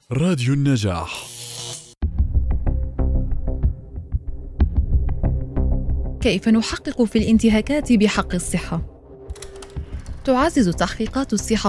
راديو النجاح. كيف نحقق في الانتهاكات بحق الصحة؟ تعزز التحقيقات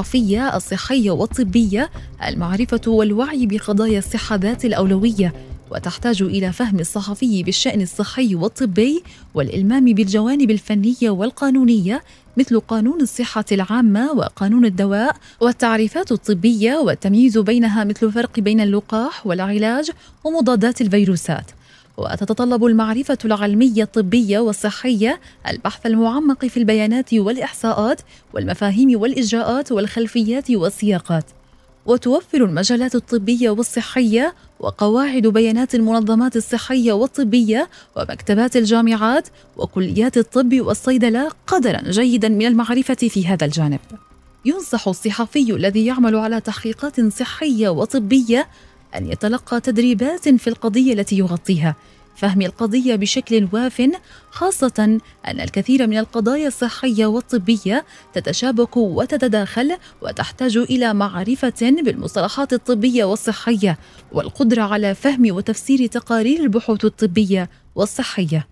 الصحية والطبية المعرفة والوعي بقضايا الصحة ذات الأولوية، وتحتاج إلى فهم الصحفي بالشأن الصحي والطبي والإلمام بالجوانب الفنية والقانونية مثل قانون الصحة العامة وقانون الدواء والتعريفات الطبية والتمييز بينها مثل الفرق بين اللقاح والعلاج ومضادات الفيروسات. وتتطلب المعرفة العلمية الطبية والصحية البحث المعمق في البيانات والإحصاءات والمفاهيم والإجراءات والخلفيات والسياقات. وتوفر المجالات الطبية والصحية وقواعد بيانات المنظمات الصحية والطبية ومكتبات الجامعات وكليات الطب والصيدلة قدراً جيداً من المعرفة في هذا الجانب. ينصح الصحفي الذي يعمل على تحقيقات صحية وطبية أن يتلقى تدريبات في القضية التي يغطيها، فهم القضية بشكل واف، خاصة أن الكثير من القضايا الصحية والطبية تتشابك وتتداخل وتحتاج إلى معرفة بالمصطلحات الطبية والصحية والقدرة على فهم وتفسير تقارير البحوث الطبية والصحية.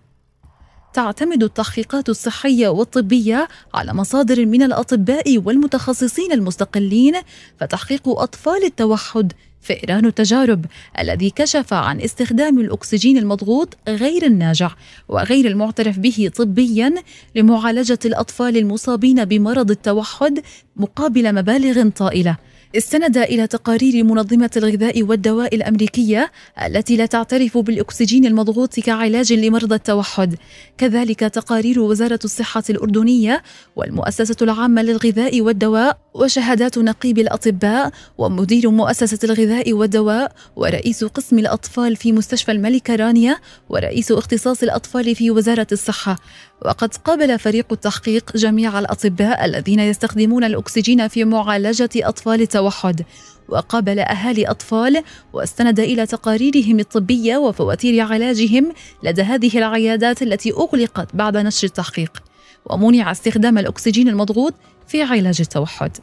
تعتمد التحقيقات الصحية والطبية على مصادر من الأطباء والمتخصصين المستقلين، فتحقيق أطفال التوحد فئران التجارب الذي كشف عن استخدام الأكسجين المضغوط غير الناجع وغير المعترف به طبياً لمعالجة الأطفال المصابين بمرض التوحد مقابل مبالغ طائلة، استند إلى تقارير منظمة الغذاء والدواء الأمريكية التي لا تعترف بالأكسجين المضغوط كعلاج لمرضى التوحد، كذلك تقارير وزارة الصحة الأردنية والمؤسسة العامة للغذاء والدواء وشهادات نقيب الأطباء ومدير مؤسسة الغذاء والدواء ورئيس قسم الأطفال في مستشفى الملكة رانيا ورئيس اختصاص الأطفال في وزارة الصحة. وقد قابل فريق التحقيق جميع الأطباء الذين يستخدمون الأكسجين في معالجة أطفال التوحد، وقابل أهالي أطفال، واستند إلى تقاريرهم الطبية وفواتير علاجهم لدى هذه العيادات التي أغلقت بعد نشر التحقيق، ومنع استخدام الأكسجين المضغوط في علاج التوحد.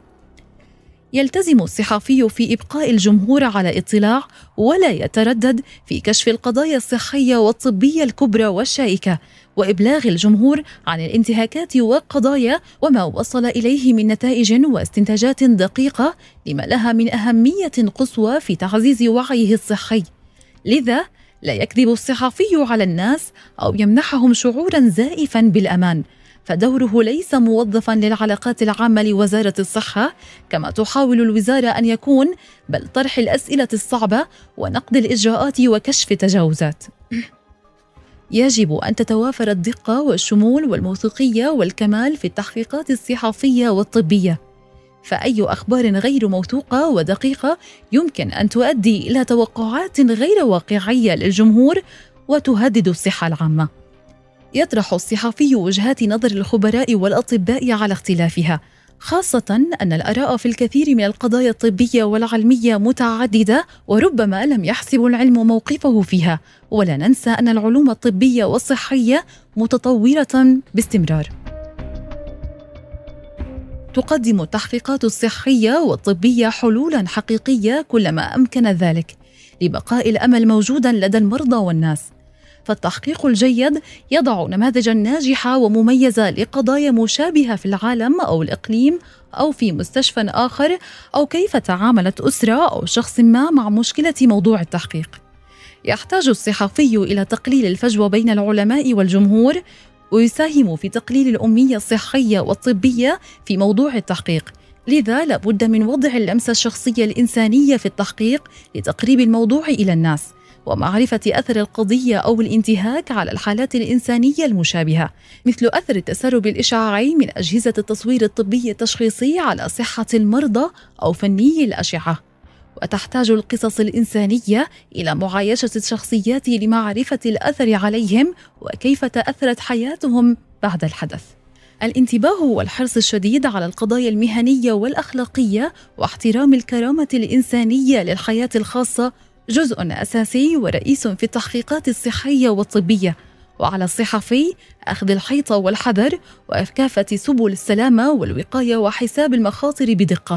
يلتزم الصحفي في إبقاء الجمهور على اطلاع ولا يتردد في كشف القضايا الصحية والطبية الكبرى والشائكة، وإبلاغ الجمهور عن الانتهاكات والقضايا وما وصل إليه من نتائج واستنتاجات دقيقة لما لها من أهمية قصوى في تعزيز وعيه الصحي. لذا لا يكذب الصحفي على الناس أو يمنحهم شعورا زائفا بالأمان، فدوره ليس موظفا للعلاقات العامة لوزارة الصحة كما تحاول الوزارة أن يكون، بل طرح الأسئلة الصعبة ونقد الإجراءات وكشف التجاوزات. يجب أن تتوافر الدقة والشمول والموثوقية والكمال في التحقيقات الصحفية والطبية، فأي أخبار غير موثوقة ودقيقة يمكن أن تؤدي إلى توقعات غير واقعية للجمهور وتهدد الصحة العامة. يطرح الصحفي وجهات نظر الخبراء والأطباء على اختلافها، خاصة أن الآراء في الكثير من القضايا الطبية والعلمية متعددة وربما لم يحسب العلم موقفه فيها، ولا ننسى أن العلوم الطبية والصحية متطورة باستمرار. تقدم التحقيقات الصحية والطبية حلولا حقيقية كلما أمكن ذلك لبقاء الأمل موجودا لدى المرضى والناس، فالتحقيق الجيد يضع نماذجا ناجحة ومميزة لقضايا مشابهة في العالم أو الإقليم أو في مستشفى آخر، أو كيف تعاملت أسرة أو شخص ما مع مشكلة موضوع التحقيق. يحتاج الصحفي إلى تقليل الفجوة بين العلماء والجمهور، ويساهم في تقليل الأمية الصحية والطبية في موضوع التحقيق، لذا لابد من وضع اللمسة الشخصية الإنسانية في التحقيق لتقريب الموضوع إلى الناس ومعرفة أثر القضية أو الانتهاك على الحالات الإنسانية المشابهة، مثل أثر التسرب الإشعاعي من أجهزة التصوير الطبي التشخيصي على صحة المرضى أو فني الأشعة. وتحتاج القصص الإنسانية إلى معايشة الشخصيات لمعرفة الأثر عليهم وكيف تأثرت حياتهم بعد الحدث. الانتباه والحرص الشديد على القضايا المهنية والأخلاقية واحترام الكرامة الإنسانية للحياة الخاصة جزء أساسي ورئيس في التحقيقات الصحية والطبية، وعلى الصحفي أخذ الحيطة والحذر وكافة سبل السلامة والوقاية وحساب المخاطر بدقة،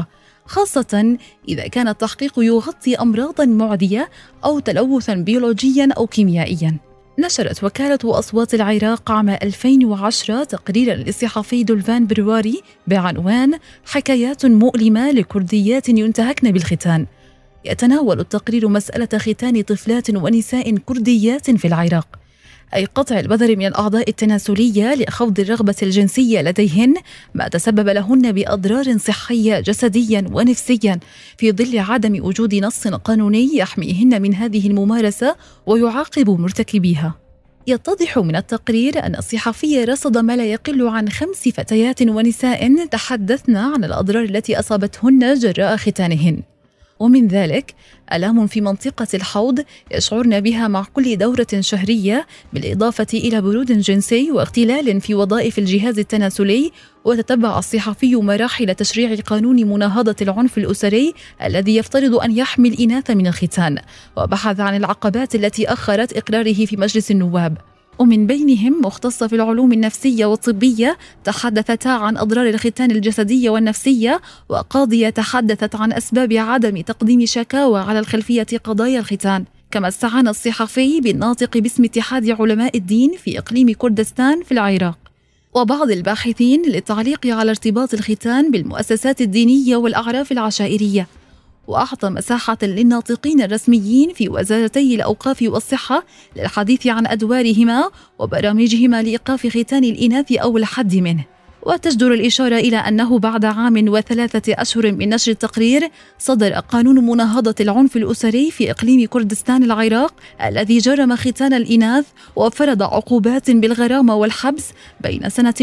خاصة إذا كان التحقيق يغطي أمراضاً معدية أو تلوثاً بيولوجياً أو كيميائياً. نشرت وكالة أصوات العراق عام 2010 تقريراً للصحفي دولفان برواري بعنوان حكايات مؤلمة لكرديات ينتهكن بالختان. يتناول التقرير مسألة ختان طفلات ونساء كرديات في العراق، أي قطع البذر من الأعضاء التناسلية لخفض الرغبة الجنسية لديهن، ما تسبب لهن بأضرار صحية جسديا ونفسيا في ظل عدم وجود نص قانوني يحميهن من هذه الممارسة ويعاقب مرتكبيها. يتضح من التقرير أن الصحفي رصد ما لا يقل عن 5 فتيات ونساء تحدثن عن الأضرار التي أصابتهن جراء ختانهن، ومن ذلك آلام في منطقة الحوض يشعرن بها مع كل دورة شهرية، بالإضافة إلى برود جنسي واختلال في وظائف الجهاز التناسلي. وتتبع الصحفي مراحل تشريع قانون مناهضة العنف الأسري الذي يفترض أن يحمي الإناث من الختان، وبحث عن العقبات التي أخرت إقراره في مجلس النواب، ومن بينهم مختصة في العلوم النفسية والطبية تحدثتا عن أضرار الختان الجسدية والنفسية، وقاضية تحدثت عن أسباب عدم تقديم شكاوى على الخلفية قضايا الختان. كما استعان الصحفي بالناطق باسم اتحاد علماء الدين في إقليم كردستان في العراق وبعض الباحثين للتعليق على ارتباط الختان بالمؤسسات الدينية والأعراف العشائرية، وأعطى مساحة للناطقين الرسميين في وزارتي الأوقاف والصحة للحديث عن أدوارهما وبرامجهما لإيقاف ختان الإناث أو الحد منه. وتجدر الإشارة إلى أنه بعد 1 و3 أشهر من نشر التقرير صدر قانون مناهضة العنف الأسري في إقليم كردستان العراق الذي جرم ختان الإناث، وفرض عقوبات بالغرامة والحبس بين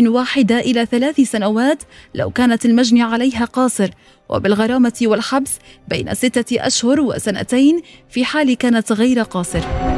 1 إلى 3 سنوات لو كانت المجني عليها قاصر، وبالغرامة والحبس بين 6 أشهر و2 سنين في حال كانت غير قاصر.